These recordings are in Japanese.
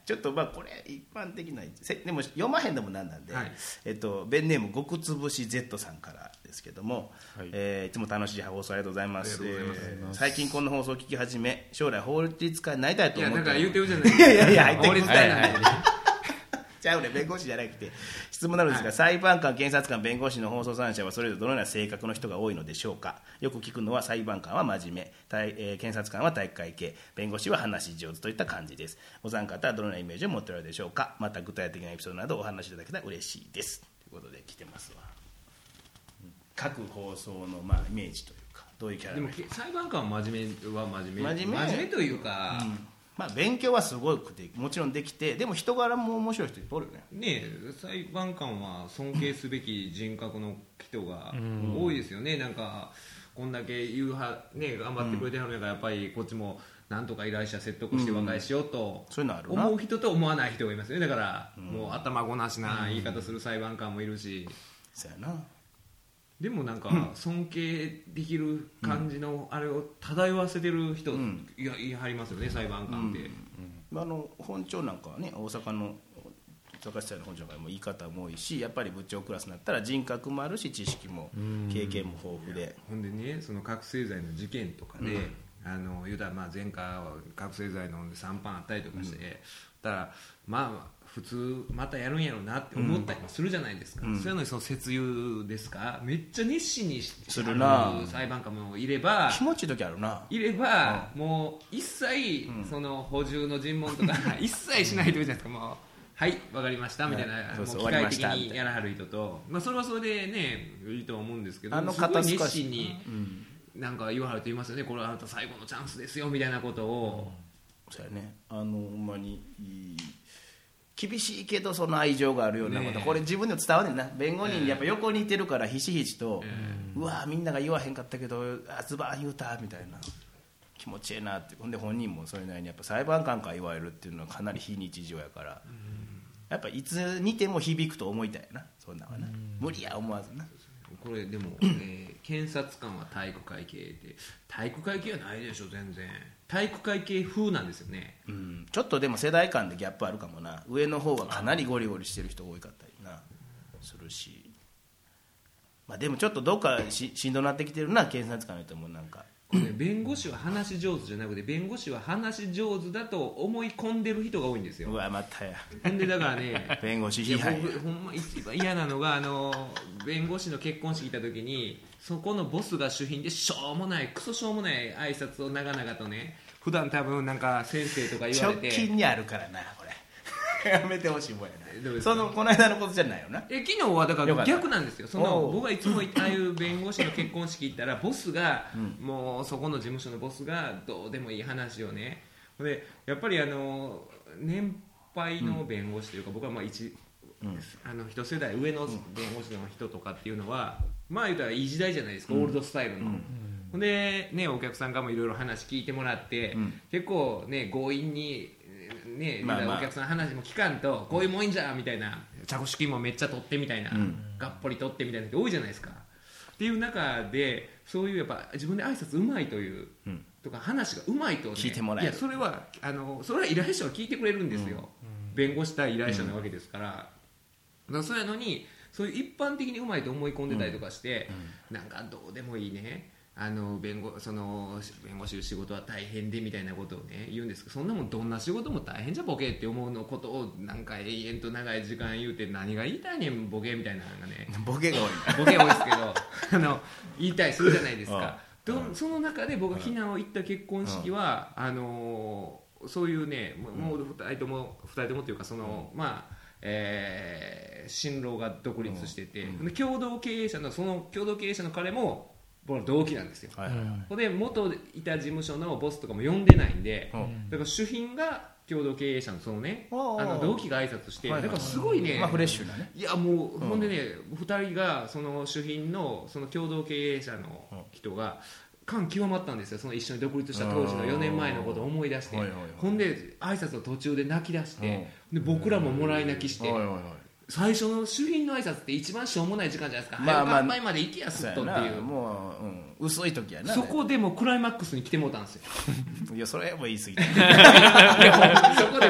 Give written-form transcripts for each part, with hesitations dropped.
ちょっとまあこれ一般的なでも読まへんでもなんなんで、 はいベンネーム極つぶし Z さんからですけども、 はいいつも楽しい放送ありがとうございます。 ありがとうございます最近この放送を聞き始め、将来法律家になりたいといや思ってだから言うてるじゃないですいやいやいや入って法律家なんで、 ちゃうね、弁護士じゃなくて質問なのですが、裁判官、検察官、弁護士の法曹3者はそれぞれどのような性格の人が多いのでしょうか。よく聞くのは裁判官は真面目、検察官は体育会系、弁護士は話し上手といった感じです。お三方はどのようなイメージを持っておられるでしょうか。また具体的なエピソードなどお話しいただけたら嬉しいですということで来てますわ。各放送のまあイメージというか、どういうキャラでも裁判官は真面目は真面目というか、 まあ、勉強はすごくもちろんできて、でも人柄も面白い人いっぱいおるよね。 ねえ、裁判官は尊敬すべき人格の人が多いですよね。なんかこんだけね、頑張ってくれてはるのがやっぱりこっちもなんとか依頼者説得して和解しようとそういうのあるな。 思う人と思わない人がいますよね。だからもう頭ごなしな言い方する裁判官もいるし、 そうやな。 でもなんか尊敬できる感じのあれを漂わせてる人いはりますよね、裁判官って。 本庁なんかはね、大阪の坂下の本庁なんかも言い方も多いし、やっぱり部長クラスになったら人格もあるし知識も経験も豊富で、 ほんでね、その覚醒剤の事件とかで、言うたらまあ前科は覚醒剤の3パンあったりとかして、だからまあ普通またやるんやろうなって思ったりもするじゃないですか、そういうのにその節油ですか、めっちゃ熱心にするな裁判官もいれば気持ちいい時あるな。 いれば、もう一切その補充の尋問とか一切しないというじゃないですか。もうはい分かりましたみたいな、もう機械的にやらはる人と、まあ、それはそれでねいいとは思うんですけど、すごい熱心になんか言わはると言いますよね。これはあなた最後のチャンスですよみたいなことを、 そうやね、ほんまに厳しいけどその愛情があるようなこと、これ自分でも伝わるねんな。弁護人にやっぱ横にいてるからひしひしと、うわみんなが言わへんかったけどズバーン言うたみたいな、気持ちええなって。ほんで本人もそれなりにやっぱ裁判官から言われるっていうのはかなり非日常やから、やっぱいつ見ても響くと思いたいな、そんなんはな。無理や思わずな。 これでも、検察官は体育会系で、体育会系はないでしょ全然。体育会系風なんですよね。 ちょっとでも世代間でギャップあるかもな。上の方はかなりゴリゴリしてる人多かったりなするし、まあ、でもちょっとどっかしんどなってきてるな、検察官の人もなんか。 これね、弁護士は話し上手じゃなくて、弁護士は話し上手だと思い込んでる人が多いんですよ。 うわまたやほんでだからね弁護士批判や。 僕ほんま一番嫌なのが弁護士の結婚式行った時に、そこのボスが主賓でしょうもないクソしょうもない挨拶を長々とね、普段多分なんか先生とか言われて直近にあるからなこれやめてほしいもんやな。 どうですか。 この間のことじゃないよな。 昨日はだから逆なんですよ。 おう僕はいつもああいう弁護士の結婚式行ったらボスが、もうそこの事務所のボスがどうでもいい話をね、でやっぱり年配の弁護士というか、僕はまあ一世代上の弁護士の人とかっていうのは、まあ言うたらいい時代じゃないですか、オールドスタイルの。でね、お客さんからもいろいろ話聞いてもらって、結構ね強引にね、お客さんの話も聞かんと、こういうもんじゃみたいな、着手金もめっちゃ取ってみたいな、がっぽり取ってみたいな人多いじゃないですか。っていう中で、そういうやっぱ自分で挨拶うまいという、とか話がうまいと、ね、 聞いてもらえる。 いやそれは依頼者は聞いてくれるんですよ、弁護士対依頼者なわけですから。だからそうやのに、そういう一般的にうまいと思い込んでたりとかして、なんかどうでもいいね、弁護士仕事は大変でみたいなことをね言うんですけど、そんなもんどんな仕事も大変じゃボケって思うのことをなんか永遠と長い時間言うて、何が言いたいねんボケみたいなのがねボケが多いな。 ボケ多いですけど言いたいするじゃないですか。その中で僕が避難を行った結婚式はそういうね、もう2人ともというか、まあ新郎が独立してて、共同経営者の彼も僕の同期なんですよ。で元いた事務所のボスとかも呼んでないんで、だから主賓が共同経営者のそのね、同期が挨拶して、だからすごいね、 フレッシュなね。 いやもう、ほんでね、2人がその主賓のその共同経営者の人が感極まったんですよ。その一緒に独立した当時の4年前のことを思い出して、ほんで挨拶の途中で泣き出して、で僕らももらい泣きして、最初の主賓の挨拶って一番しょうもない時間じゃないですか。乾杯まで行きやすっとっていう、 もう、薄い時やな。 そこでもうクライマックスに来てもうたんですよ。 いやそれはもう言い過ぎた。 いやそこでもう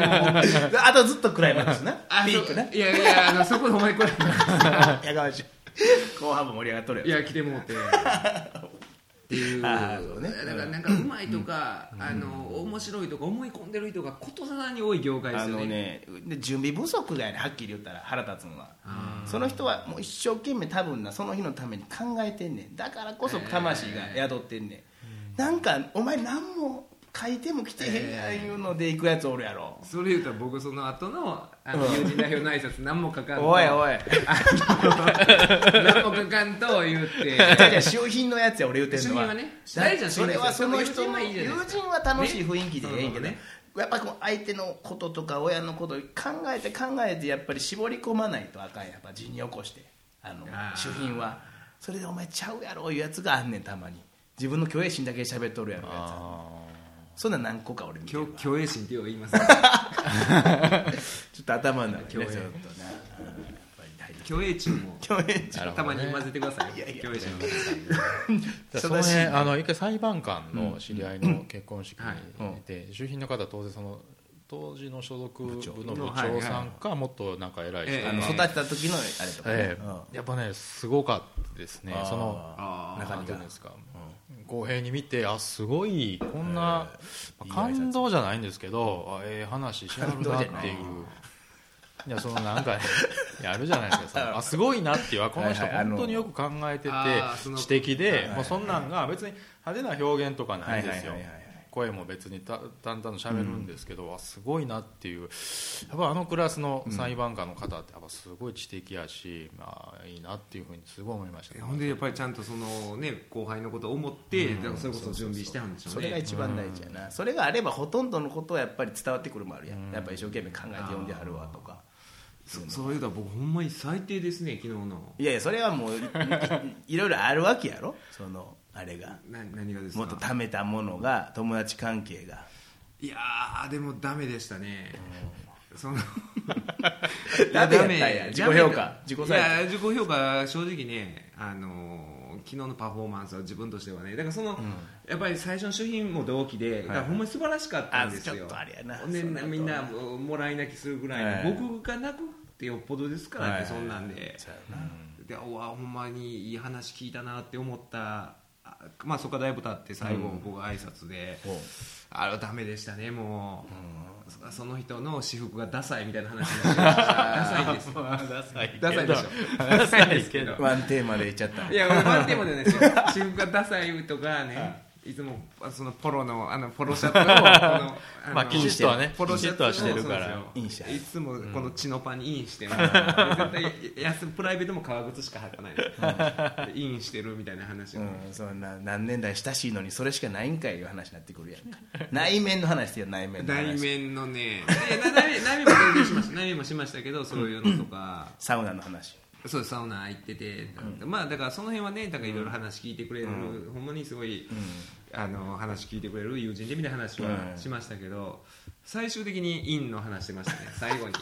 あとずっとクライマックスなピークな。 いやいやそこでお前これやかましい後半も盛り上がっとるやいや来てもうてっていうだからなんかうまいとか、面白いとか思い込んでる人がことさらに多い業界ですよね。 で準備不足がやね、はっきり言ったら腹立つのは。その人はもう一生懸命多分なその日のために考えてんねん。だからこそ魂が宿ってんねん。なんかお前何も書いても来てへんやいうので行くやつおるやろ。 それ言うたら僕その後の友人代表の挨拶何も書かんとおいおい何も書かんと言ってじゃあ周品のやつや俺言うてんのは。 周品はね大事なそれはその人の友友人は楽しい雰囲気でええんけどねやっぱり相手のこととか親のこと考えてやっぱり絞り込まないとあかん。やっぱ字に起こして主品はそれでお前ちゃうやろいうやつがあんねん。たまに自分の虚栄心だけ喋っとるやろやつ。そんな何個か俺見てるわ。 虚栄心ってよう言いますねちょっと頭の中にねちょっとな虚栄心も虚栄心たまに混ぜてください。 いやいや虚栄心その辺一回裁判官の知り合いの結婚式にいて、主賓の方当然その当時の所属部の部長さんかもっとなんか偉い人育てた時のあれとかね、 やっぱねすごかったですね。その中身がですか、公平に見てすごいこんな感動じゃないんですけど話しはるなっていう。いやそのなんかねやるじゃないですか。すごいなっていうこの人本当によく考えてて知的で、そんなんが別に派手な表現とかないんですよ。声も別に淡々と喋るんですけど、すごいなっていう。やっぱあのクラスの裁判官の方ってやっぱすごい知的やし、いいなっていうふうにすごい思いましたね。 ほんでやっぱりちゃんとそのね後輩のことを思って、それこそ準備してはるんでしょうね。 それが一番大事やな。それがあればほとんどのことはやっぱり伝わってくるもあるやん。やっぱ一生懸命考えて読んではるわとか。 そういうのは僕ほんまに最低ですね昨日の。 いやいやそれはもういろいろあるわけやろ。そのあれが何がですか。 もっと貯めたものが友達関係が。 いやでもダメでしたね。そのダメやったんや。自己評価自己評価正直ね昨日のパフォーマンスは自分としてはねだからその、やっぱり最初の主賓も同期で、だからほんまに素晴らしかったんですよ。 ちょっとあれやな。 みんなもらい泣きするぐらいの、僕が泣くってよっぽどですからってそんなんで、ほんまにいい話聞いたなって思った。そこからだいぶ経って最後僕挨拶で、あれはダメでしたね。もう、その人の私服がダサいみたいな話になってダサいんですよ。ダサいでしょ。ダサいですけどワンテーマで言っちゃった。 いやワンテーマじゃないですよ。私服がダサいとかね、いつもそのポロのポロシャツをきちっとはねポロシャツはしてるからいつもこのチノパにインして絶対プライベートも革靴しか履かないインしてるみたいな話をそんな何年代親しいのにそれしかないんかいいう話になってくるやんか。内面の話よ。内面の話。 内面のね内面も全然しました。内面もしましたけどそういうのとかサウナの話。 そうですサウナ行ってて、だからその辺はねだからいろいろ話聞いてくれる、ほんまにすごい、話聞いてくれる友人でみたいな話はしましたけど、最終的に陰の話してましたね最後に。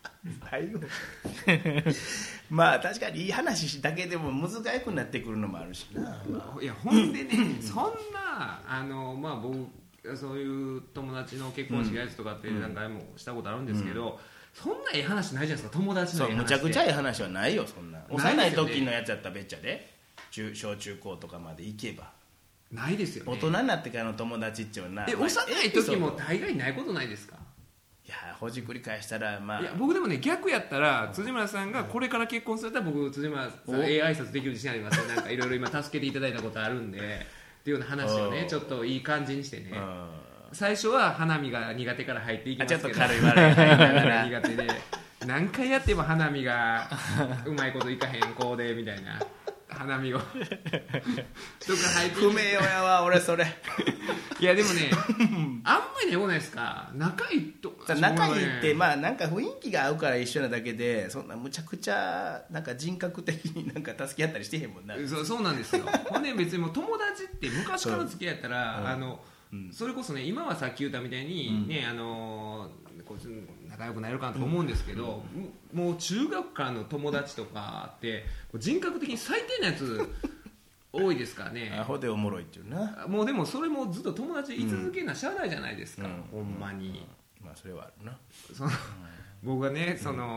確かにいい話だけでも難しくなってくるのもあるしな。 いやほんでね、そんな僕そういう友達の結婚式やつとかって何回もしたことあるんですけど、そんなええ話ないじゃないですか。友達のええ話むちゃくちゃええ話はないよ。そんな幼い時のやつやったらべっちゃで小中高とかまで行けばないですよね。 大人になってからの友達っていうのは幼い時も大概ないことないですか。 いやほじくり返したらいや僕でもね逆やったら辻村さんがこれから結婚するんだったら僕辻村さんええ挨拶できる自信ありますよ。なんかいろいろ今助けていただいたことあるんでっていうような話をねちょっといい感じにしてね。最初は花見が苦手から入っていきますけどちょっと軽い笑い入りながら苦手で何回やっても花見がうまいこといかへん子でみたいな花見をとか入って不名誉やわ俺それ。 いやでもねあんまりねよくないですか。仲いいと仲いいってなんか雰囲気が合うから一緒なだけでそんなむちゃくちゃなんか人格的になんか助け合ったりしてへんもんな。 そうなんですよ。ほんで別にもう友達って昔から付き合ったらそれこそね今はさっき言ったみたいにねこいつ仲良くなれるかなと思うんですけど、もう中学からの友達とかって人格的に最低なやつ多いですからね。 アホでおもろいっていうな。 もうでもそれもずっと友達で居続けなしゃあないじゃないですか、ほんまに。 まあそれはあるな。 僕がね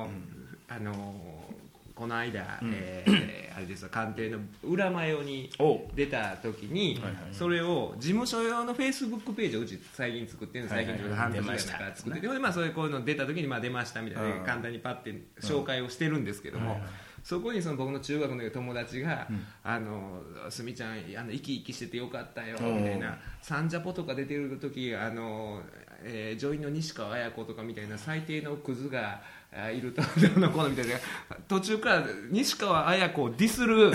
この間、あれですよ、官邸の裏マヨに出た時に、それを事務所用のフェイスブックページをうち最近作ってるんです、最近半年ぐらい前から作ってて、でそういうこういうの出た時に出ましたみたいな簡単にパッて紹介をしてるんですけども、そこに僕の中学の友達が「すみちゃん生き生きしててよかったよ」みたいな、サンジャポとか出てる時女優の西川綾子とかみたいな最低のクズがいるとどうのこうのみたいな、途中から西川綾子をディスる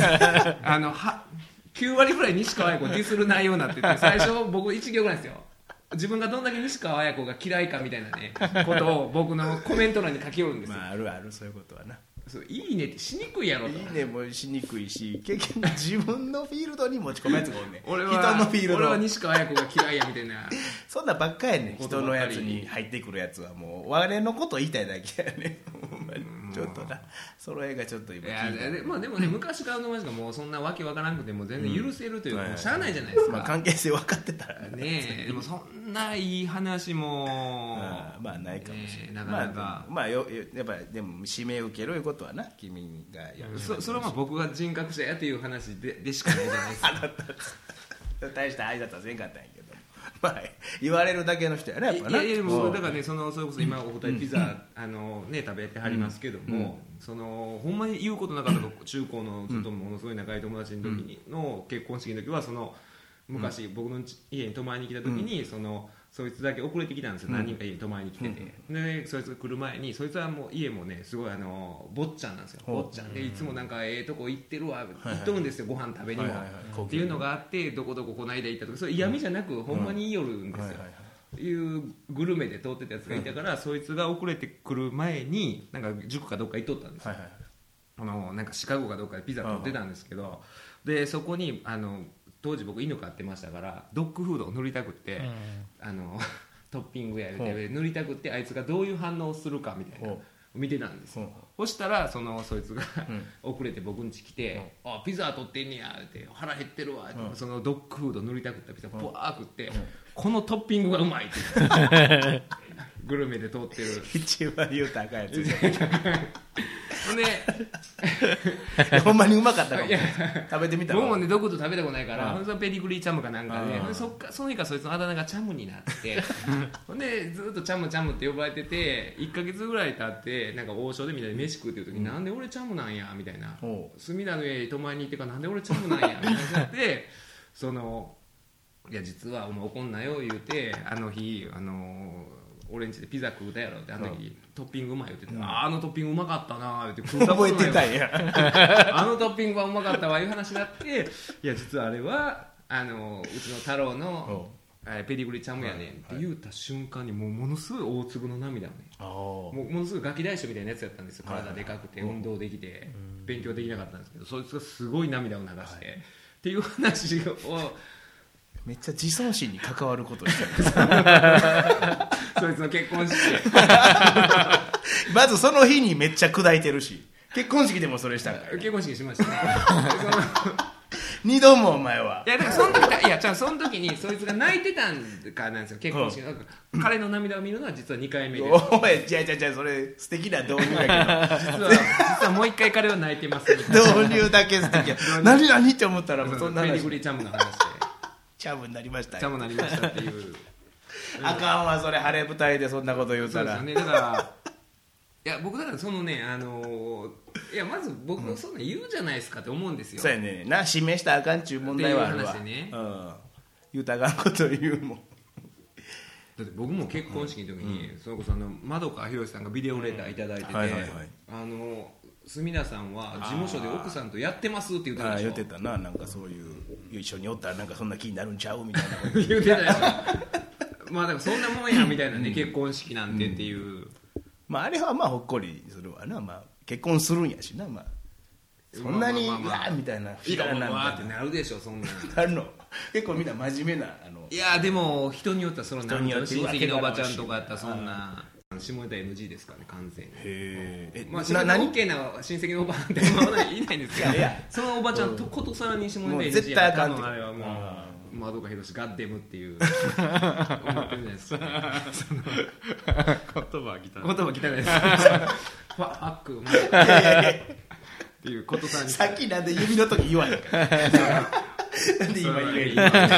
9割ぐらい西川綾子をディスる内容になってて、最初僕1行ぐらいですよ、自分がどんだけ西川綾子が嫌いかみたいなねことを僕のコメント欄に書き寄るんですよ。 まああるある、そういうことはな。 いいねってしにくいやろと。 いいねもしにくいし、結局自分のフィールドに持ち込むやつがおんねん。 俺は人のフィールド、 俺は西川綾子が嫌いやみたいなそんなばっかやねん。人のやつに入ってくるやつはもう我のこと言いたいだけやねん。ちょっとな、その絵がちょっと今でもね、昔からの友達がもうそんなわけわからなくても全然許せるというか、もうしゃあないじゃないですか、 関係性分かってたらね。でもそんないい話もまあないかもしれない、 なかなかやっぱりでも指名受けるいうことはな、君がやる。 それは僕が人格者やっていう話でしかないじゃないですか大した挨拶はせんかったんやけど、まあ言われるだけの人やね、やっぱな。 いやもうだからね、それこそ今お二人ピザ食べてはりますけども、ほんまに言うことなかったの中高のずっとものすごい仲いい友達の時の結婚式の時は、昔僕の家に泊まりに来た時にそいつだけ遅れてきたんですよ、何人か家に泊まりに来てて、でそいつが来る前に、そいつはもう家もねすごい坊っちゃんなんですよ。坊っちゃんでいつもなんかとこ行ってるわ、行っとるんですよ、ご飯食べにもっていうのがあって、どこどここの間行ったとか、それ嫌味じゃなくほんまに言いよるんですよ。いうグルメで通ってたやつがいたから、そいつが遅れてくる前になんか塾かどっか行っとったんですよ。なんかシカゴかどっかでピザ取ってたんですけど、でそこに当時僕犬飼ってましたからドッグフードを塗りたくって、トッピングや言うて塗りたくって、あいつがどういう反応をするかみたいな見てたんですよ。そしたらそいつが遅れて僕ん家来て「あピザ取ってんねや」って「腹減ってるわ」ってそのドッグフード塗りたくったピザブワー食って「このトッピングがうまい」ってグルメで通ってる一番言うたらあかんやつでほんまにうまかったかも食べてみたら、 僕もねドッグフード食べたことないから、ペディグリーチャムかなんかで、その日からそいつのあだ名がチャムになってほんでずっとチャムチャムって呼ばれてて、1ヶ月ぐらい経ってなんか王将でみんなで飯食うっていう時に、なんで俺チャムなんやみたいな、隅田の家に泊まりに行ってからなんで俺チャムなんやみたいになっていや実はお前怒んなよ言うて、あの日俺んちでピザ食うたやろって、あの時トッピングうまい言ってて、あのトッピングうまかったなって食うたことない、覚えてたんやあのトッピングはうまかったわいう話になって、いや実はあれはうちの太郎のペディグリーちゃんもやねんって言った瞬間に、もうものすごい大粒の涙をね、ものすごいガキ大将みたいなやつやったんですよ。体でかくて運動できて勉強できなかったんですけど、そいつがすごい涙を流してっていう話をめっちゃ自尊心に関わることしてるんですそいつの結婚式まずその日にめっちゃ砕いてるし、結婚式でもそれしたんか結婚式しましたね二度もお前は。 いやだからその時、その時にそいつが泣いてたんからなんですよ、結婚式の、彼の涙を見るのは実は2回目です。 おいじゃそれ素敵な導入やけど実はもう1回彼は泣いてますみたいな導入だけ素敵や何って思ったらもうそんな話、 ペディグリーチャムの話でチャムになりましたよ、 チャムになりましたっていうあかんわそれ、晴れ舞台でそんなこと言うたら。 そうですよね、だからいや僕だからそのねいやまず僕そんな言うじゃないですかって思うんですよ。 そうやね、示したらあかんちゅう問題はあるわっていう話でね、言うたらあかんこと言うもんだって僕も結婚式の時に、それこそ窓川博さんがビデオレターいただいてて、隅田さんは事務所で奥さんとやってますって言ってたでしょ。 言ってたな、なんかそういう一緒におったらなんかそんな気になるんちゃうみたいなこと言ってたでしょまあでもそんなもんやみたいなね、結婚式なんてっていう、 まああれはまあほっこりするわな、まあ結婚するんやしな、まあそんなにうわーみたいな、 いやもうわーってなるでしょ、そんななるの結構みんな真面目な。 いやでも人によってはその親戚のおばちゃんとかやったらそんな下ネタ NG ですからね、完全に。まあ下ネタ OK な親戚のおばあっていないんですけど、そのおばちゃんとことさらに下ネタ NG 絶対あかんって、 あれはもう窓が広しガッデムっていう思ってるじゃないですか、ね、 言葉汚い言葉汚いですファックマジっていうことさんにさっきなんで指の時言わへんなんで今言えん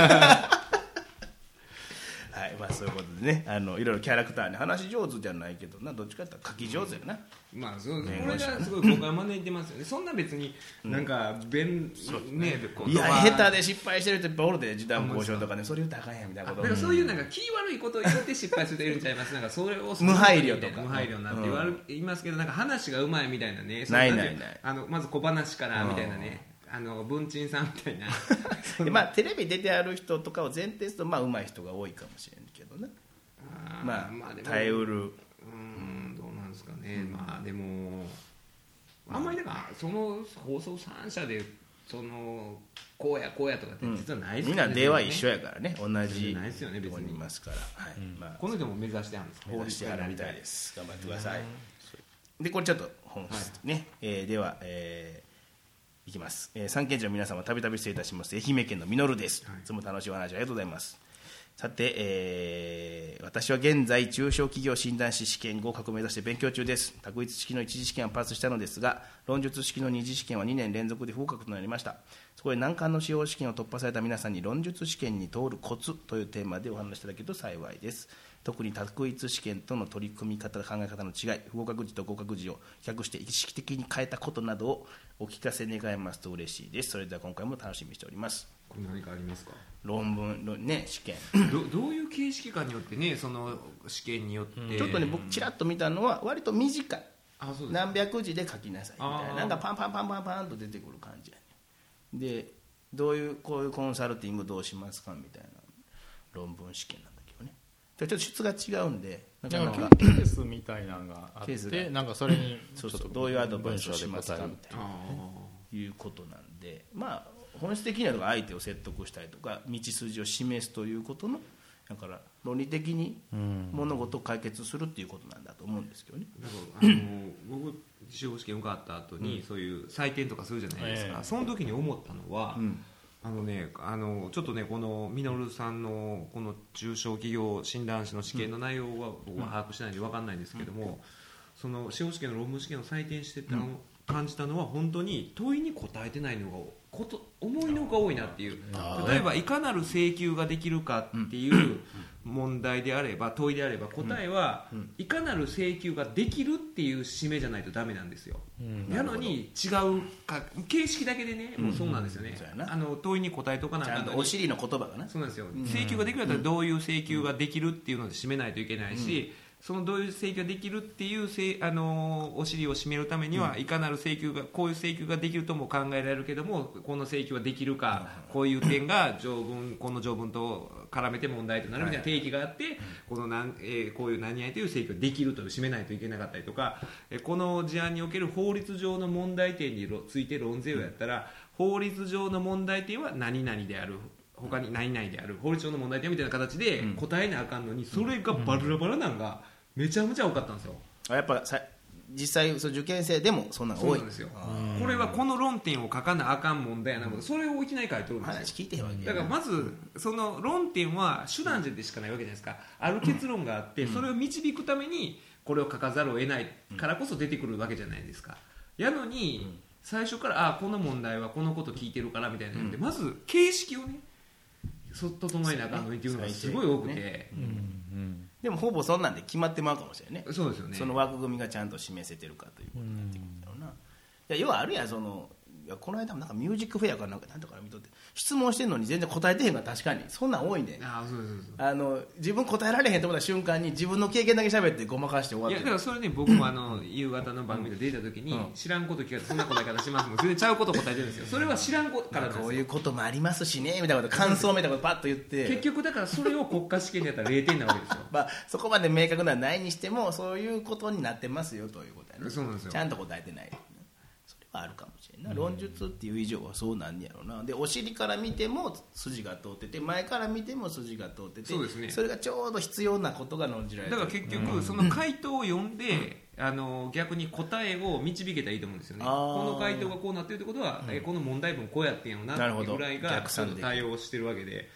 はい、まあそういうことでね、いろいろキャラクターに話し上手じゃないけどな、どっちかって言ったら書き上手やな、 まあそうこれがすごい僕は招いてますよね。そんな別になんかねいや下手で失敗してる人いっぱいおるで、時短交渉とかね、それ言うたらあかんやんみたいなこと。 だからそういうなんか気悪いことを言って失敗する人いるんちゃいます。なんかそれを無配慮とか無配慮なんて言いますけど、なんか話がうまいみたいなね。 ないないまず小話からみたいなね。文鎮さんみたいなで、まあテレビ出てある人とかを前提するとまあ上手い人が多いかもしれんけどね。まあ耐えうる。 どうなんですかね。まあでもあんまりだからその放送3社でそのこうやとかって実はないですよね。 みんな出は一緒やからね、同じないですよね別とこにいに。 ますから。はい。まあこの人も目指してあるんですか。 目指してあるみたいです。頑張ってください。でこれちょっと本質ね。では。いきます、三県知の皆様、たびたび失礼いたします。愛媛県のみのるです、いつも楽しいお話ありがとうございます。さて、私は現在中小企業診断士試験合格を目指して勉強中です。択一式の一次試験はパスしたのですが、論述式の二次試験は2年連続で不合格となりました。そこで難関の司法試験を突破された皆さんに論述試験に通るコツというテーマでお話しいただけると幸いです。特に択一試験との取り組み方、考え方の違い、不合格時と合格時を比較して意識的に変えたことなどをお聞かせ願いますと嬉しいです。それでは今回も楽しみにしております。 これ何かありますか。 論文のね試験どういう形式かによってね、その試験によってちょっとね僕ちらっと見たのは割と短い。 そうです何百字で書きなさいみたいな、なんかパンパンパンパンパンと出てくる感じやね。でこういうコンサルティングどうしますかみたいな論文試験なんだけどね、ちょっと質が違うんで、 なんかケースみたいなのがあってなんかそれにそうどういうアドバイスをしますかみたいな、いうことなんで、まあ本質的には相手を説得したりとか道筋を示すということの、だから論理的に物事を解決するっていうことなんだと思うんですけどね。 僕司法試験受かった後にそういう採点とかするじゃないですか、その時に思ったのは、ちょっとねこのミノルさんのこの中小企業診断士の試験の内容は僕は把握してないんで分かんないんですけども、その司法試験の論文試験を採点してた感じたのは本当に問いに答えてないのが思いのほか多いなっていう。例えばいかなる請求ができるかっていう問題であれば問いであれば答えはいかなる請求ができるっていう締めじゃないとダメなんですよ。なのに違うか形式だけでねもうそうなんですよね。問いに答えとかなんかちゃんとお尻の言葉がね、 そうなんですよ。請求ができるんだったらどういう請求ができるっていうので締めないといけないし、そのどういう請求ができるっていうお尻を締めるためには、いかなる請求がこういう請求ができるとも考えられるけども、この請求はできるか、こういう点がこの条文と絡めて問題となるみたいな定義があって、こういう何々という請求ができると締めないといけなかったりとか、この事案における法律上の問題点について論ぜよやったら、法律上の問題点は何々である、他に何々である、法律上の問題点みたいな形で答えなあかんのに、それがバラバラなんがめちゃめちゃ多かったんですよ。 やっぱ実際受験生でもそんなの多い。 そうなんですよ。これはこの論点を書かなあかん問題やなこと、それをいきなり書いてるんですよ。 話聞いてへんわけだからまずその論点は手段でしかないわけじゃないですか。ある結論があって、それを導くためにこれを書かざるを得ないからこそ出てくるわけじゃないですか。やのに最初からこの問題はこのこと聞いてるからみたいなので、まず形式をね整えなあかんのにっていうのがすごい多くて、 でもほぼそんなんで決まってまうかもしれないね。 そうですよね。 その枠組みがちゃんと示せてるかということになってくるんだろうな。いや要はあるやん、この間もなんかミュージックフェアかなんかとか見とって質問してんのに全然答えてへんから確かにそんなん多いね。 そう自分答えられへんと思った瞬間に自分の経験だけ喋ってごまかして終わってる。 いやだからそれね僕も夕方の番組で出た時に、知らんこと聞かれてそんな答え方しますもん全然ちゃうこと答えてるんですよ。それは知らんことからなんですよ。 こういうこともありますしねみたいなこと感想みたいなことパッと言って結局だからそれを国家試験でやったら0点なわけですよ。 そこまで明確なのはないにしてもそういうことになってますよということやね。 そうなんですよ。 ちゃんと答えてない、それはあるかもしれんない。論述っていう以上はそうなんやろうな。でお尻から見ても筋が通ってて前から見ても筋が通ってて、 そうですね。 それがちょうど必要なことが論じられてる。 だから結局その回答を読んで、逆に答えを導けたらいいと思うんですよね。この回答がこうなってるってことは、この問題文こうやってんやろなっていうぐらいがちょっと対応してるわけで、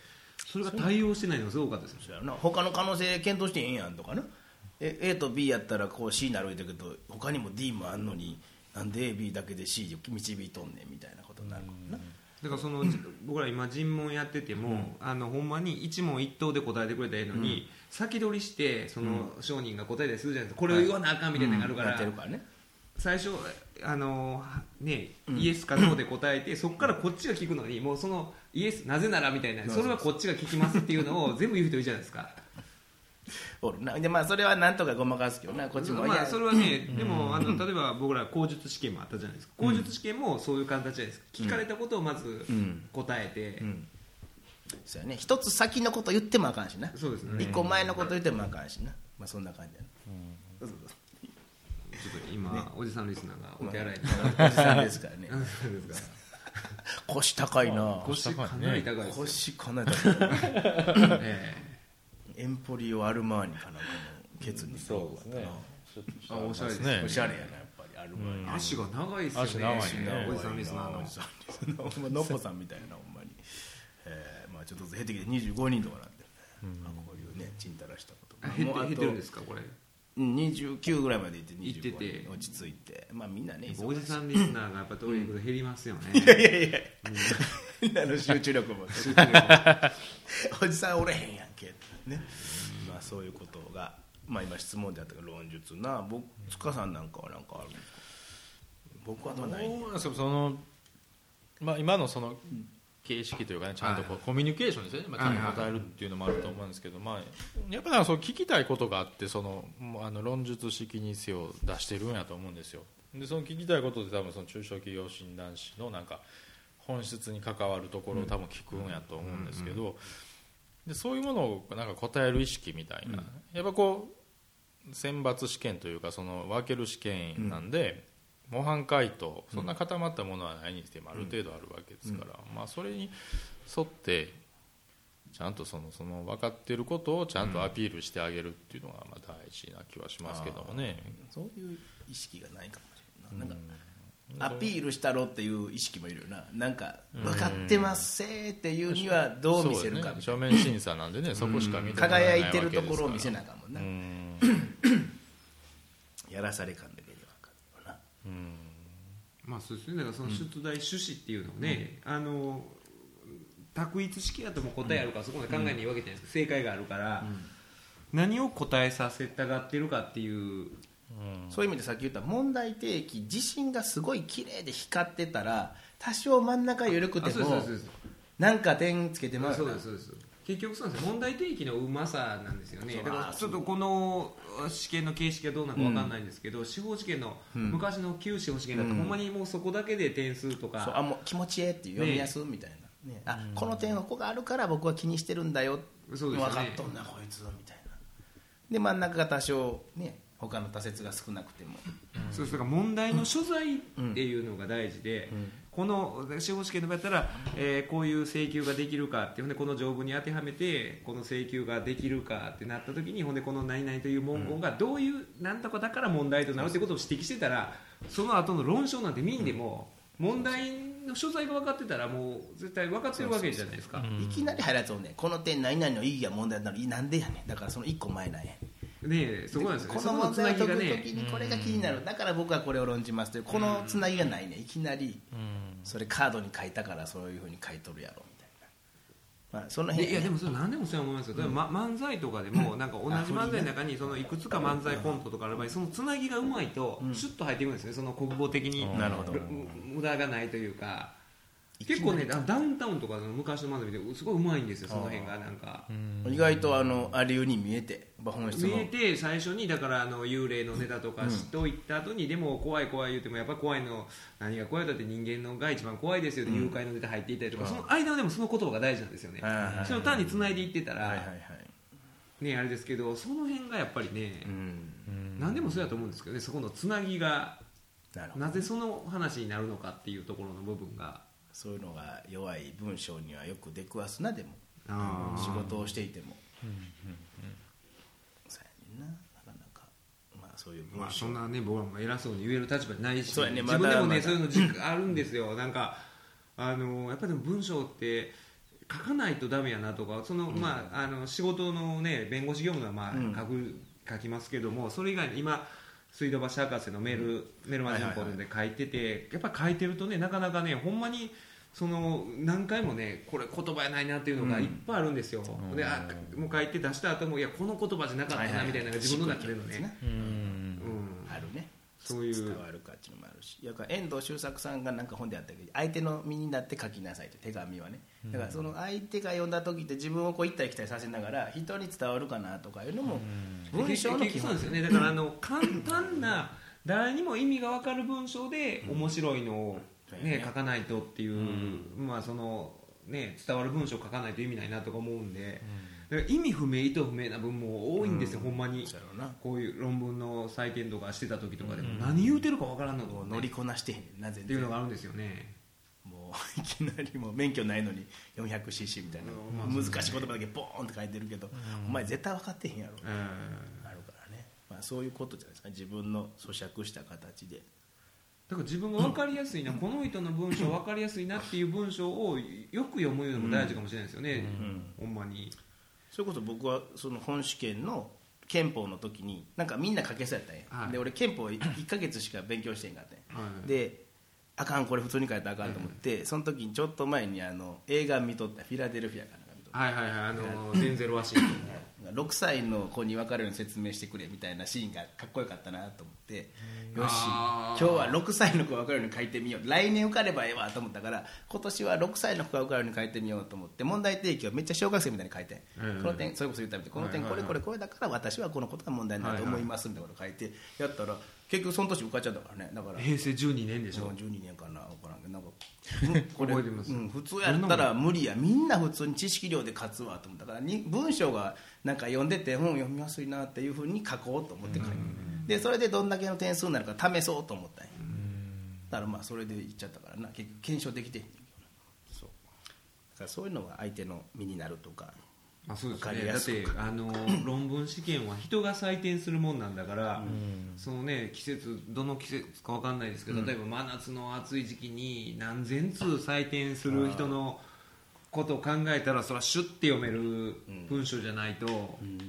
それが対応してないのがすごかったですよ。 そうやな、他の可能性検討してええんやんとかな、A と B やったらこう C になるんだけど他にも D もあんのになんで AB だけで C 導いとんねんみたいなことになるからな。 だからその僕ら今尋問やってても、ほんまに一問一答で答えてくれたらいいのに、先取りしてその商人が答えたりするじゃないですか。これを言わなあかんみたいなのがあるから、 やってるからね。 最初イエスかノーで答えて、そこからこっちが聞くのにもうそのイエスなぜならみたいな、それはこっちが聞きますっていうのを全部言う人いるじゃないですか。 おるな。でまあそれはなんとかごまかすけどな、こっちも。 まあそれはね、でも例えば僕ら口述試験もあったじゃないですか。口述試験もそういう形じゃないですか。聞かれたことをまず答えて、 そうやね、一つ先のこと言ってもあかんしな。 そうですね。 一個前のこと言ってもあかんしな。まあそんな感じやな。 ちょっと今、おじさんリスナーがお手洗いにおじさんですからね。 そうですか。 腰高いな。 腰かなり高いですよ。 腰かなり高い。エンポリオアルマーニかなんかのケツにそうですね。 おしゃれですね。 おしゃれやなやっぱりアルマーニ。 足が長いですよね。 足長いね。 おじさんリスナーの。 おじさんリスナー。のっぽさんみたいなほんまに。まあちょっとずつ減ってきて25人とかなんで。こういうねちんたらしたこと。 減ってるんですかこれ。 29ぐらいまで行ってて 25落ち着いて、まあみんなねおじさんリスナーがやっぱトレーニング減りますよね。 いやいや集中力もおじさんおれへんやんけね。まあそういうことがまあ今質問であったけど論述な。僕塚さんなんかはなんかあるんですか。僕はないね。 そのまあ今のその形式というかね、ちゃんとこうコミュニケーションですよね、ちゃんと答えるっていうのもあると思うんですけど、まあ、やっぱりそう聞きたいことがあってその論述式にせよ出してるんやと思うんですよ。でその聞きたいことで多分その中小企業診断士のなんか本質に関わるところを多分聞くんやと思うんですけど、でそういうものをなんか答える意識みたいな、やっぱこう選抜試験というかその分ける試験なんで、模範解答そんな固まったものはないにしてもある程度あるわけですから、まあ、それに沿ってちゃんとその分かっていることをちゃんとアピールしてあげるっていうのがまあ大事な気はしますけどもね。 そういう意識がないかもしれない。なんかアピールしたろっていう意識もいるよな。なんか分かってますせっていうにはどう見せるかみたいな、 書面審査なんでねそこしか見てもらえないわけですから、 輝いてるところを見せなあかんもんな。やらされ感だけで分かるよな。 まあそうですね。だからその出題趣旨っていうのをね、択一式だとも答えあるからそこまで考えないわけじゃないですか。正解があるから、何を答えさせたがってるかっていう、 そういう意味でさっき言った問題提起自身がすごい綺麗で光ってたら多少真ん中緩くてもなんか点つけてます。 そうですそうです。結局そうなんですよ。問題提起のうまさなんですよね。だからちょっとこの試験の形式がどうなのか分かんないんですけど、司法試験の昔の旧司法試験だとほんまにもうそこだけで点数とか、 もう気持ちええっていう読みやすみたいな、ね、この点はここがあるから僕は気にしてるんだよ、 そうですね、 分かっとんなこいつみたいな。で真ん中が多少ね他の多説が少なくても、 そうです。だから問題の所在っていうのが大事で、この司法試験の場合だったら、こういう請求ができるかっていうのでこの条文に当てはめてこの請求ができるかってなった時にほんでこの何々という文言がどういう何とかだから問題となるってことを指摘してたら、その後の論証なんて見んでも問題の所在が分かってたらもう絶対分かってるわけじゃないですか。 いきなり入らずをね、この点何々の意義が問題になる、なんでやねん、だからその1個前なんやね、そこなんですよね。 この問題を解く時にこれが気になる、だから僕はこれを論じますというこのつなぎがないね。いきなりそれカードに書いたからそういうふうに書いとるやろみたいな、まあ、その辺、 いやでもそれ何でもそう思いますよ。漫才とかでもなんか同じ漫才の中にそのいくつか漫才コントとかある場合、そのつなぎがうまいとシュッと入っていくんですね。その国語的に無駄がないというか、結構ねダウンタウンとかの昔の漫才ですごいうまいんですよ。その辺がなんか意外とアリウに見えて本質の見えて、最初にだから幽霊のネタとか知っておいた後に、でも怖い怖い言ってもやっぱ怖いの何が怖いだって人間のが一番怖いですよって誘拐のネタ入っていたりとか、その間でもその言葉が大事なんですよね。それを単に繋いでいってたらねあれですけど、その辺がやっぱりね何でもそうやと思うんですけどね、そこのつなぎがなぜその話になるのかっていうところの部分が、 そういうのが弱い文章にはよく出くわすな。でも仕事をしていてもそうやねんな、なかなか、まあ、そういう文章、 まあ、そんなね僕はもう偉そうに言える立場じゃないし、 そうやね、 自分でもねそういうのあるんですよ。なんかやっぱりでも文章って書かないとダメやなとか仕事のね弁護士業務は書きますけども、それ以外に今水道橋博士のメルマガジンポーで書いてて、やっぱり書いてるとねなかなかねほんまに何回もねこれ言葉やないなっていうのがいっぱいあるんですよ、でもう書いて出した後もいやこの言葉じゃなかったなみたいな自分の中でのね、 あるね、 そういう伝わるかっていうのもあるし、やっぱ遠藤周作さんがなんか本であったけど相手の身になって書きなさいって手紙はね、だからその相手が読んだ時って自分をこう行ったり来たりさせながら人に伝わるかなとかいうのも文章の基本そうですよね。だから簡単な誰にも意味が分かる文章で面白いのを書かないとっていう、伝わる文章を書かないと意味ないなとか思うんで、だから意味不明意図不明な文も多いんですよ、ほんまに。こういう論文の採点とかしてた時とかでも何言うてるか分からんのとか、 乗りこなしてへんなぜっていうのがあるんですよね。 もういきなりもう免許ないのに 400cc みたいな難しい言葉だけボーンって書いてるけど、お前絶対分かってへんやろ、あるからね、そういうことじゃないですか、自分の咀嚼した形で。 だから自分が分かりやすいな、この人の文章分かりやすいなっていう文章をよく読むのも大事かもしれないですよね、ほんまに。 それこそ僕はその本試験の憲法の時になんかみんな書けそうやったんや、で俺憲法1ヶ月しか勉強してへんかったんや、であかんこれ普通に書いたらあかんと思って、その時にちょっと前に映画見とったフィラデルフィアかなんか見とった、 デンゼル・ワシントン 6歳の子に分かるように説明してくれみたいなシーンがかっこよかったなと思って、よし今日は6歳の子が分かるように書いてみよう、来年受かればええわと思ったから今年は6歳の子が分かるように書いてみようと思って問題提起をめっちゃ小学生みたいに書いて、この点それこそ言ったみたいにこの点これだから私はこのことが問題になると思いますみたいなことを書いてやったら結局その年受かっちゃったからね。だから平成12年でしょ。 12年かな分からんけど、なんかこれ覚えてます、 普通やったら無理や、みんな普通に知識量で勝つわと思ったから文章がなんか読んでて読みやすいなっていうふうに書こうと思って書いて、でそれでどんだけの点数になるか試そうと思ったんや。だからそれでいっちゃったからな、結局検証できてへんねんけど、そうだからそういうのが相手の身になるとか。 そうですね、だって論文試験は人が採点するもんなんだから、そのねどの季節か分かんないですけど、例えば真夏の暑い時期に何千通採点する人のことを考えたらそれはシュッて読める文章じゃないと、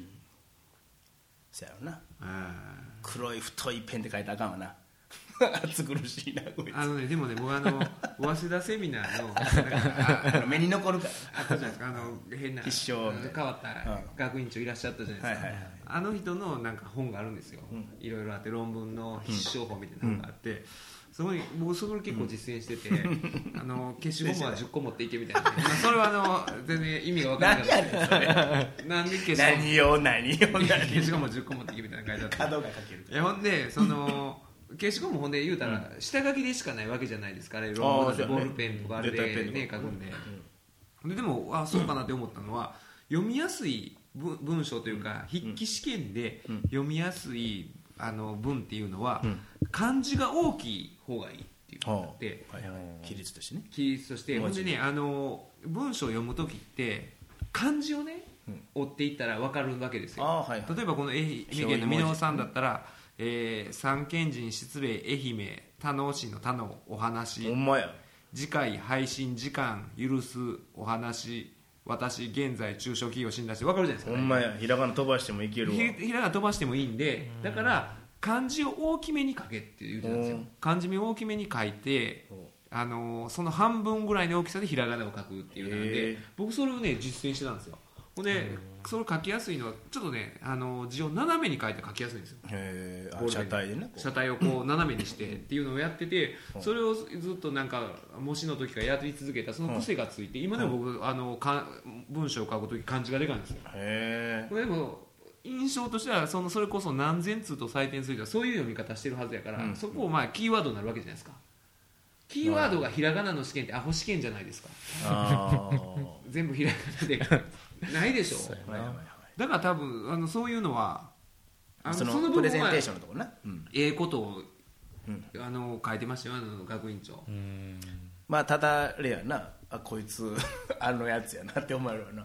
そやろな、黒い太いペンで書いたらあかんわな暑苦しいなこいつ。 でもね僕早稲田セミナーの目に残るからあったじゃないですか、変な必勝変わった学院長いらっしゃったじゃないですか、あの人のなんか本があるんですよ、いろいろあって論文の必勝法みたいな本があって、そこに僕それ結構実践してて、消しゴムは10個持っていけみたいな、それは全然意味が分からなかったなんで消しゴム何を消しゴムは10個持っていけみたいな書いてあって、 角が書ける。 ほんで消しゴムほんで言うたら下書きでしかないわけじゃないですか、論文だってボールペンとかあれでね書くんで、でもそうかなって思ったのは、読みやすい文章というか筆記試験で読みやすい文っていうのは漢字が大きい方がいいっていうのがあって、 比率としてね、 ほんでね文章を読む時って漢字をね追っていったら分かるわけですよ。例えばこの愛媛県の箕面さんだったら三賢人失礼愛媛田野市の田のお話、 ほんまや、 次回配信時間許すお話、私現在中小企業診断して分かるじゃないですか、 ほんまや、ひらがな飛ばしてもいけるわ。 ひらがな飛ばしてもいいんで、だから漢字を大きめに書けって言うてたんですよ。漢字を大きめに書いてその半分ぐらいの大きさでひらがなを書くっていうので、僕それをね実践してたんですよ。ほんでそれ書きやすいのはちょっとね字を斜めに書いて書きやすいんですよ。 車体でね、 車体をこう斜めにしてっていうのをやってて、それをずっとなんか模試の時からやり続けたその癖がついて、今でも僕文章を書く時漢字がでかいんですよ。でも印象としてはそれこそ何千通と採点するとかそういう読み方してるはずやから、そこをキーワードになるわけじゃないですか。キーワードがひらがなの試験ってアホ試験じゃないですか。全部ひらがなでないでしょ。だから多分そういうのはそのプレゼンテーションのところな、 ことを書いてましたよ、学院長。 ただあれやな、こいつやつやなって思えるわな。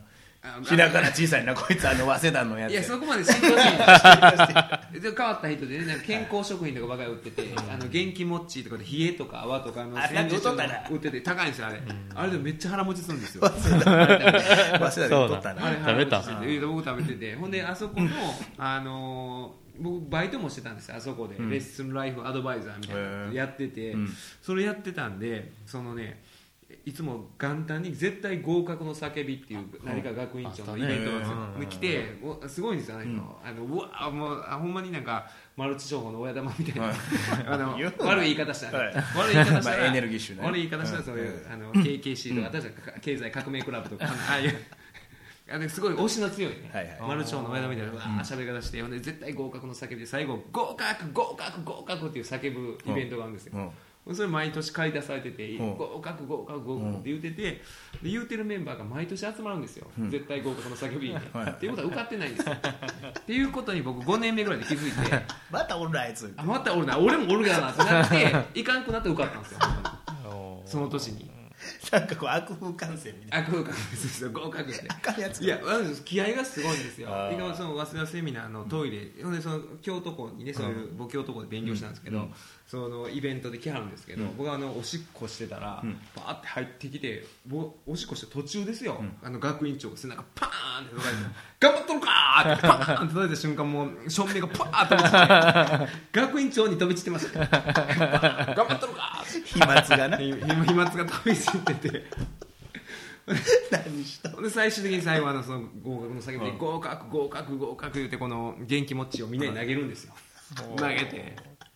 ひらから小さいなこいつ早稲田のやつ。 いやそこまで進行しないで変わった人でね、なんか健康食品とかばかり売ってて、元気もっちとかで冷えとか泡とかなんか売ってて高いんですよあれ、あれでもめっちゃ腹持ちするんですよ。 早稲田で売っとったな。 あれ食べた腹持ちしてて僕食べてて、ほんであそこの僕バイトもしてたんですよあそこで、レッスンライフアドバイザーみたいなのやってて、それやってたんで、そのねいつも元旦に絶対合格の叫びっていう成川学院長のイベントが来て、すごいんですよね、うわもうほんまになんかマルチ商法の親玉みたいな、悪い言い方したら、悪い言い方したら、 エネルギッシュね、 悪い言い方したらそういうKKC とか私は経済革命クラブとかああいうすごい推しの強いね、マルチ商の親玉みたいな喋り方して、絶対合格の叫びで最後合格合格合格っていう叫ぶイベントがあるんですよ。それ毎年借り出されてて、合格合格合格って言ってて、で言うてるメンバーが毎年集まるんですよ、絶対合格の叫びに、っていうことは受かってないんですよっていうことに僕5年目ぐらいで気づいてまたおるなあいつ、 またおるな、俺もおるやなってなっていかんくなって受かったんですよその年に。 なんかこう悪風感染みたいな、 悪風感染ですよ合格ってあかんやつ。 いや気合がすごいんですよ。今その早稲田セミナーのトイレ、ほんでその京都校にね、そういう僕京都校で勉強したんですけど、そのイベントで来はるんですけど、僕はおしっこしてたら、バーって入ってきて、おしっこして途中ですよ、学院長が背中パーンって叩いて頑張っとるかーってパーンって叩いた瞬間、もう照明がパーンって飛び散って学院長に飛び散ってましたね頑張っとるかーって飛沫がな飛沫が飛び散ってて何したで最終的に最後はその合格の叫びで合格合格合格言ってこの元気もっちをみんなに投げるんですよ投げて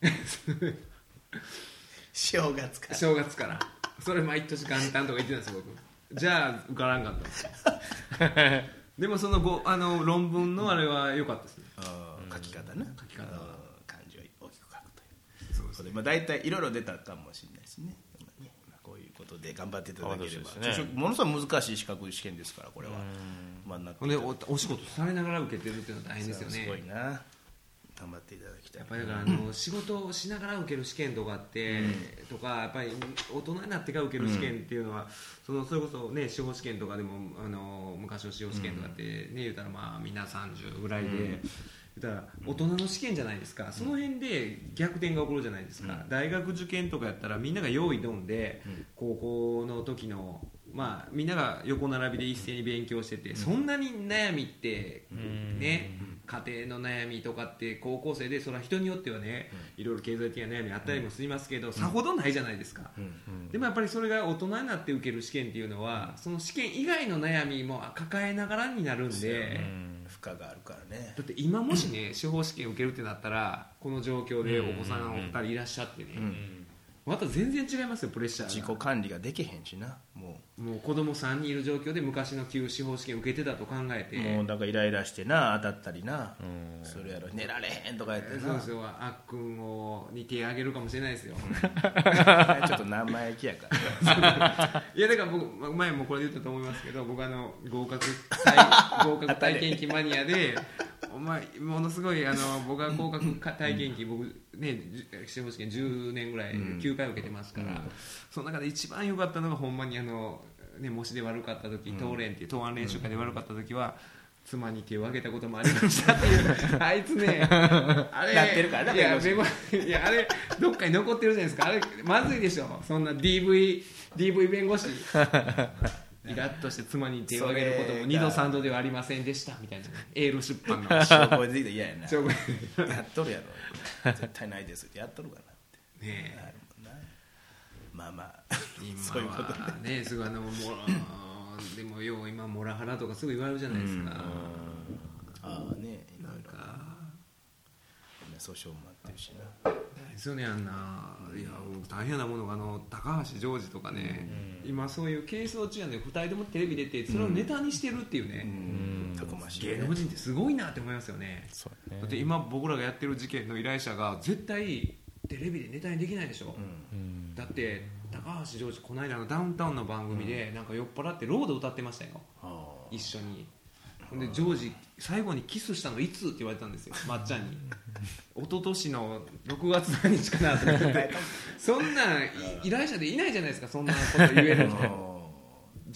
正月から正月からそれ毎年元旦とか言ってたんですよ僕。じゃあ受からんかったでもその論文のあれは良かったですね。 書き方な、 書き方漢字を大きく書くという、そうですね、まあ、大体いろいろ出たかもしれないですね。こういうことで頑張っていただければ、ね、ものすごい難しい資格試験ですから、これは。 ほんで お仕事されながら受けてるっていうのは大変ですよね。 すごいな、頑張っていただきたい。 やっぱりだから仕事をしながら受ける試験とかって、とかやっぱり大人になってから受ける試験っていうのは、それこそね司法試験とかでも昔の司法試験とかってね、言うたらまあみんな30ぐらいで、言ったら大人の試験じゃないですか。その辺で逆転が起こるじゃないですか。大学受験とかやったらみんなが用意どんで、高校の時のまあみんなが横並びで一斉に勉強してて、そんなに悩みってね、家庭の悩みとかって高校生でそれは人によってはね、いろいろ経済的な悩みあったりもしますけど、さほどないじゃないですか。でもやっぱりそれが大人になって受ける試験っていうのは、その試験以外の悩みも抱えながらになるんで、 負荷があるからね。 だって今もしね司法試験受けるってなったら、この状況でお子さんお二人いらっしゃってね、また全然違いますよ、プレッシャーが。 自己管理ができへんしな、もう子供3人いる状況で昔の旧司法試験受けてたと考えて、 もうなんかイライラしてな、当たったりな、それやろ、寝られへんとかやってな。 そうですよ、あっくんに手あげるかもしれないですよちょっと生意気やからいやだから僕前もこれで言ったと思いますけど、僕合格体験記マニアでお前ものすごい僕は合格体験記、僕ね司法試験10年ぐらい9回受けてますから、その中で一番良かったのがほんまに模試で悪かった時、答練っていう答案練習会で悪かった時は妻に手を挙げたこともありましたっていうあいつねあれなってるからな、 いやあれどっかに残ってるじゃないですか。あれまずいでしょ、そんな DV 弁護士イラッとして妻に手を挙げることも2度3度ではありませんでしたみたいな、ね、エール出版の証拠でできたら嫌やな証拠やっとるやろ絶対ないですってやっとるかなってねえ、 まあまあ今そういうことはね、すぐでも今モラハラとかすぐ言われるじゃないですか。 ああね、 なんか訴訟もあってるしな。 ですよね、いや大変なものが高橋ジョージとかね、今そういう係争中やね、2人ともテレビ出てそれをネタにしてるっていうね、 たくましいね、 芸能人ってすごいなって思いますよね。 そうね、 だって今僕らがやってる事件の依頼者が絶対テレビでネタにできないでしょ、だって高橋ジョージこの間のダウンタウンの番組でなんか酔っ払ってロード歌ってましたよ、一緒に。でジョージ最後にキスしたのいつって言われたんですよ、まっちゃんに。一昨年の6月何日かなと思ってそんな依頼者でいないじゃないですか、そんなこと言えるの。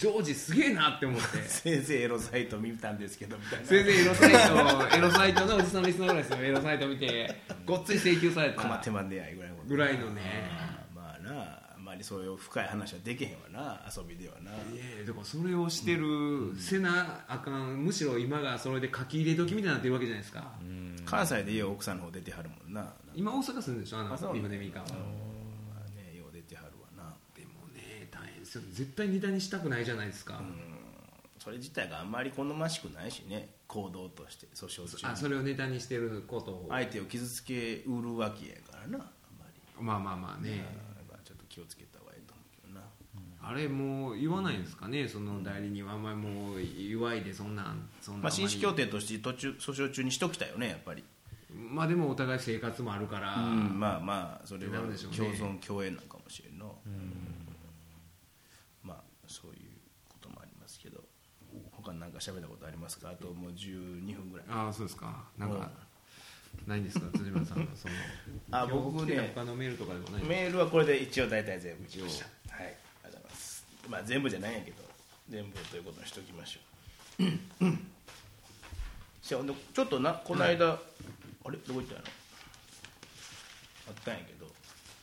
ジョージすげえなって思って先生エロサイト見たんですけどみたいな、 先生エロサイトのおじさんのリスナーぐらいですよ。エロサイト見てごっつい請求された困ってまんねやぐらいのことぐらいのね。 まあな、あんまりそういう深い話はできへんわな、遊びではな。 だからそれをしてるせなあかん、むしろ今がそれで書き入れ時みたいになってるわけじゃないですか。 関西で家奥さんの方出てはるもんな。 今大阪住んでるでしょ、 そう今でみかんは。 まあね、よう出てはるわな。 でもね大変ですよ、絶対ネタにしたくないじゃないですか。 それ自体があんまり好ましくないしね、行動として訴訟中にそれをネタにしてることを相手を傷つけうるわけやからな、あんまりまあね、 ちょっと気をつけた方がいいと思うけどな。 あれもう言わないんですかね、その代理人は。あんまりもう祝いでそんなまあ、紳士協定として訴訟中にしときたよね、やっぱり。 まあでもお互い生活もあるから、 まあまあそれは共なるでしょうね存共栄なんかもしれんの。まあそういうこともありますけど、他に何か喋ったことありますか？あともう12分ぐらい。 ああそうですか。なんかないんですか辻村さんのその僕ね、 他のメールとかでもない。 メールはこれで一応大体全部来ました。はい、ありがとうございます。まあ全部じゃないんやけど全部ということにしておきましょう。ちょっとな、この間、あれどこ行ったんやろ、あったんやけど、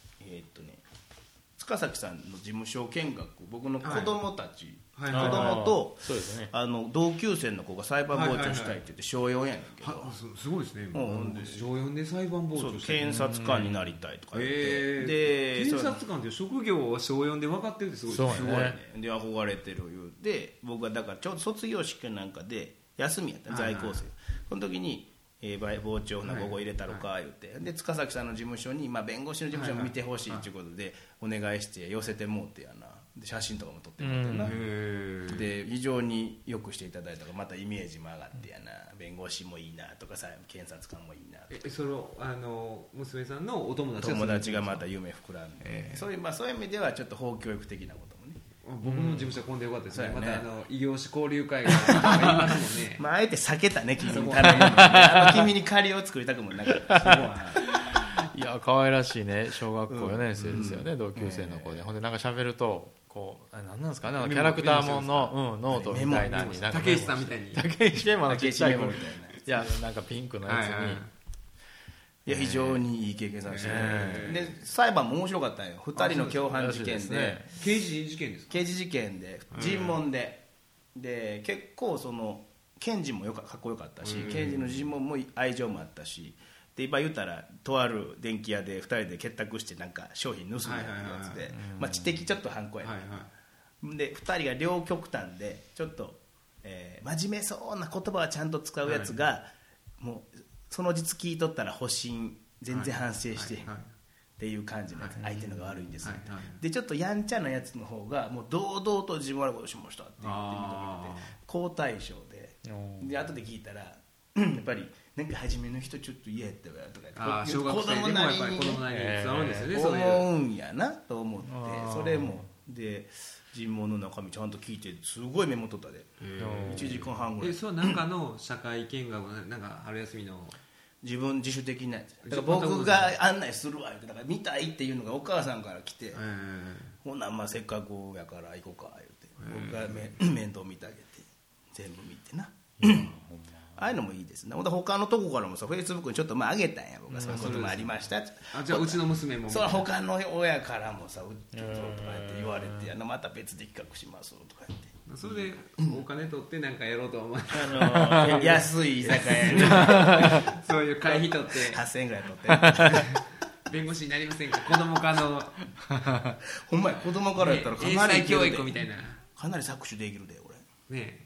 塚崎さんの事務所見学、僕の子供たち、子供とそうですね、 同級生の子が裁判傍聴したいって言って小4やねんけど、 すごいですね。小4で裁判傍聴して検察官になりたいとか言って、で検察官って職業は小4で分かってるってすごいですね。 すごいね。で憧れてる言うて、僕はだからちょうど卒業式なんかで休みやった在校生、その時に傍聴な午後入れたろか言うて、で塚崎さんの事務所に、弁護士の事務所も見てほしいということでお願いして寄せてもうてやな、で写真とかも撮ってもらってな、で非常によくしていただいたからまたイメージも上がってやな、弁護士もいいなとかさ、検察官もいいなとか、 その娘さんのお友達がまた夢膨らんで、そういう意味ではちょっと法教育的なこともね、 僕の事務所混んでよかったですね。まそうやねた異業種交流会がありますもんね。 あえて避けたね、君に頼む君に借りを作りたくもなかったしいや可愛らしいね、小学校4年生ですよね、同級生の子で、ほんでなんか喋るとこう何なんですかね、キャラクターもんの、ノートみたいなのになんか竹内さんみたいに竹内メモのちっちゃい子みたいな、 いやなんかピンクのやつに、 いや非常にいい経験させて、で裁判も面白かったんよ。2人の共犯事件で、 刑事事件ですか？ 刑事事件で尋問で、結構その検事もかっこよかったし、検事の尋問も愛情もあったし、で今言ったらとある電気屋で2人で結託してなんか商品盗んだやつで、知的ちょっと犯行やね、で2人が両極端でちょっと、真面目そうな言葉はちゃんと使うやつが、もうその実聞いとったら保身全然反省してっていう感じのやつ、相手のが悪いんです、でちょっとやんちゃなやつの方がもう堂々と自分はこうしましたって言って認めて好対象で後で聞いたらやっぱりなんか初めの人ちょっと嫌やったわとか小学生でもやっぱり子供なりに伝わるんですよね、そういう思うんやなと思って、それもで尋問の中身ちゃんと聞いてすごいメモ取ったで、1時間半ぐらい。 それは何かの社会見学なんか春休みの自主的なやつだから僕が案内するわって、だから見たいっていうのがお母さんから来て、ほなせっかくやから行こうか言って僕が面倒見てあげて全部見てな、ああいうのもいいですね。他のとこからもさフェイスブックにちょっとあげたんや、僕はそういうこともありましたって。 じゃあうちの娘もそう他の親からもさちょっととかって言われてまた別で企画しますとか言って、 それでお金取ってなんかやろうと思って安い居酒屋にそういう会費取って 8000円ぐらい取って弁護士になりませんか、子供科のほんまや子供からやったらかなり英才教育みたいな、 かなり搾取できるで俺ね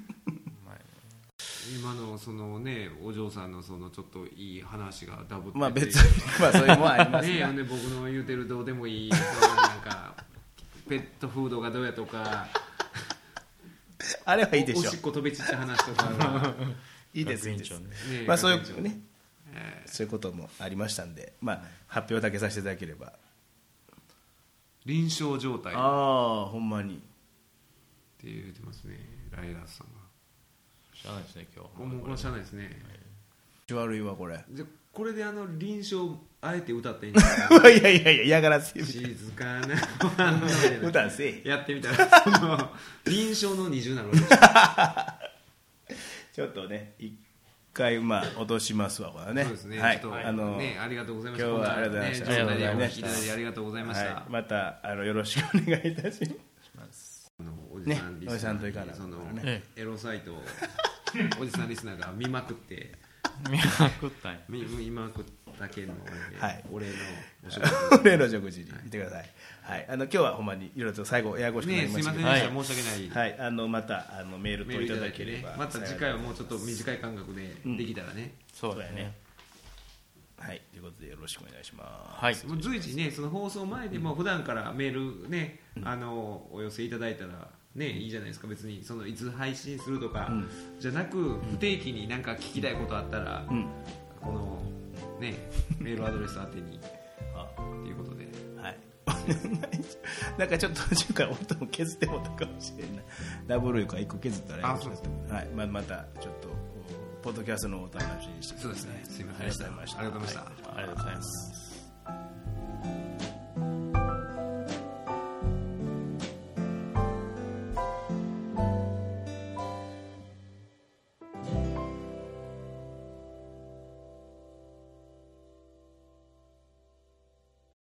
今のそのねお嬢さんのそのちょっといい話がダブってて、 別にそういうもんありますね僕の言うてるどうでもいいそういうなんかペットフードがどうやとかあれはいいでしょ、 おしっこ飛び散った話とかがいいですいいです、 ねそういうね、そういうこともありましたんで、発表だけさせていただければ。 臨床状態っああほんまにて言ってますね、ライラスさんが。 知らないですね今日。 もうこれ知らないですね。 悪いわこれ。 じゃこれで臨床あえて歌っていいんですかいやいやいや嫌がらせ静かなご飯の上で歌せえやってみたらその臨床の20なるわけでしょちょっとね一回落としますわこれね。 そうですね、 はい、 ちょっとねありがとうございました。 今日はありがとうございました。 ね、お聞きいただいてありがとうございました。 はい、またよろしくお願いいたします。 おじさんリスナーおじさんといかなそのねエロサイトをおじさんリスナーが見まくって見まくったんや。 見まくったけのはい俺のお食事例の食事に見てください。はい、今日はほんまにいろいろと最後ややこしくなりね、すいましたけど、 ませんでした、申し訳ない。 はい、またメールといただければ、 また次回はもうちょっと短い間隔でできたらね。 そうだよね。 はい、ということでよろしくお願いします。 はい。 もう随時ね、その放送前でも普段からメールね、お寄せいただいたらね、いいじゃないですか。別にそのいつ配信するとかじゃなく、不定期になんか聞きたいことあったら、このねメールアドレス宛てにということで、 はい。なんかちょっと途中から音も削ってもったかもしれんな。ダブルいうか1個削ったらいいです。はい、またちょっとポッドキャストのお楽しみにしてください。 そうですね。すいません。 ありがとうございました。 ありがとうございました。 ありがとうございます。